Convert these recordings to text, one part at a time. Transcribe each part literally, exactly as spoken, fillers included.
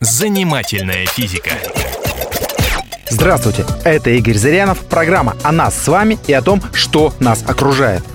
Занимательная физика. Здравствуйте, это Игорь Зырянов, программа о нас с вами и о том, что нас окружает.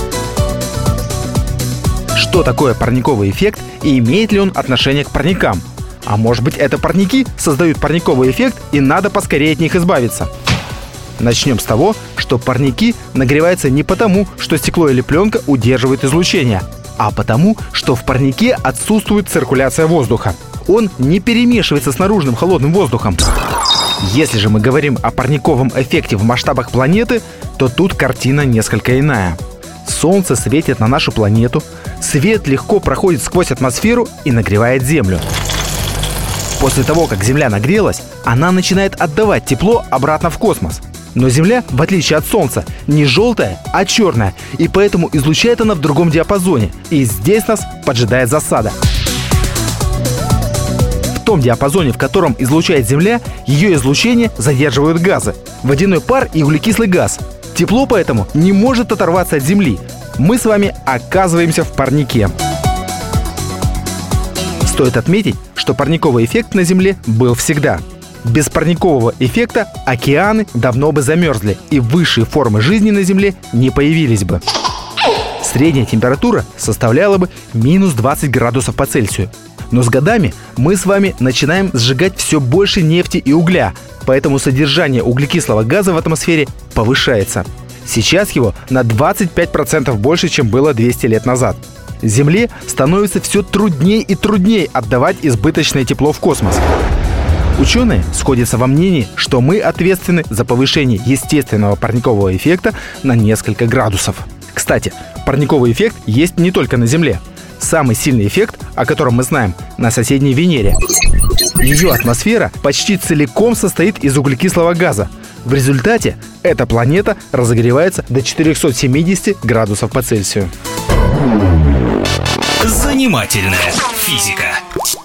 Что такое парниковый эффект и имеет ли он отношение к парникам? А может быть, это парники создают парниковый эффект и надо поскорее от них избавиться? Начнем с того, что парники нагреваются не потому, что стекло или пленка удерживают излучение, а потому, что в парнике отсутствует циркуляция воздуха. Он не перемешивается с наружным холодным воздухом. Если же мы говорим о парниковом эффекте в масштабах планеты, то тут картина несколько иная. Солнце светит на нашу планету, свет легко проходит сквозь атмосферу и нагревает Землю. После того, как Земля нагрелась, она начинает отдавать тепло обратно в космос. Но Земля, в отличие от Солнца, не желтая, а черная, и поэтому излучает она в другом диапазоне, и здесь нас поджидает засада. В том диапазоне, в котором излучает Земля, ее излучение задерживают газы – водяной пар и углекислый газ. Тепло поэтому не может оторваться от Земли. Мы с вами оказываемся в парнике. Стоит отметить, что парниковый эффект на Земле был всегда. Без парникового эффекта океаны давно бы замерзли, и высшие формы жизни на Земле не появились бы. Средняя температура составляла бы минус двадцать градусов по Цельсию. Но с годами мы с вами начинаем сжигать все больше нефти и угля, поэтому содержание углекислого газа в атмосфере повышается. Сейчас его на двадцать пять процентов больше, чем было двести лет назад. Земле становится все труднее и труднее отдавать избыточное тепло в космос. Ученые сходятся во мнении, что мы ответственны за повышение естественного парникового эффекта на несколько градусов. Кстати, парниковый эффект есть не только на Земле. Самый сильный эффект, о котором мы знаем, на соседней Венере. Ее атмосфера почти целиком состоит из углекислого газа. В результате эта планета разогревается до четырехсот семидесяти градусов по Цельсию. Занимательная физика.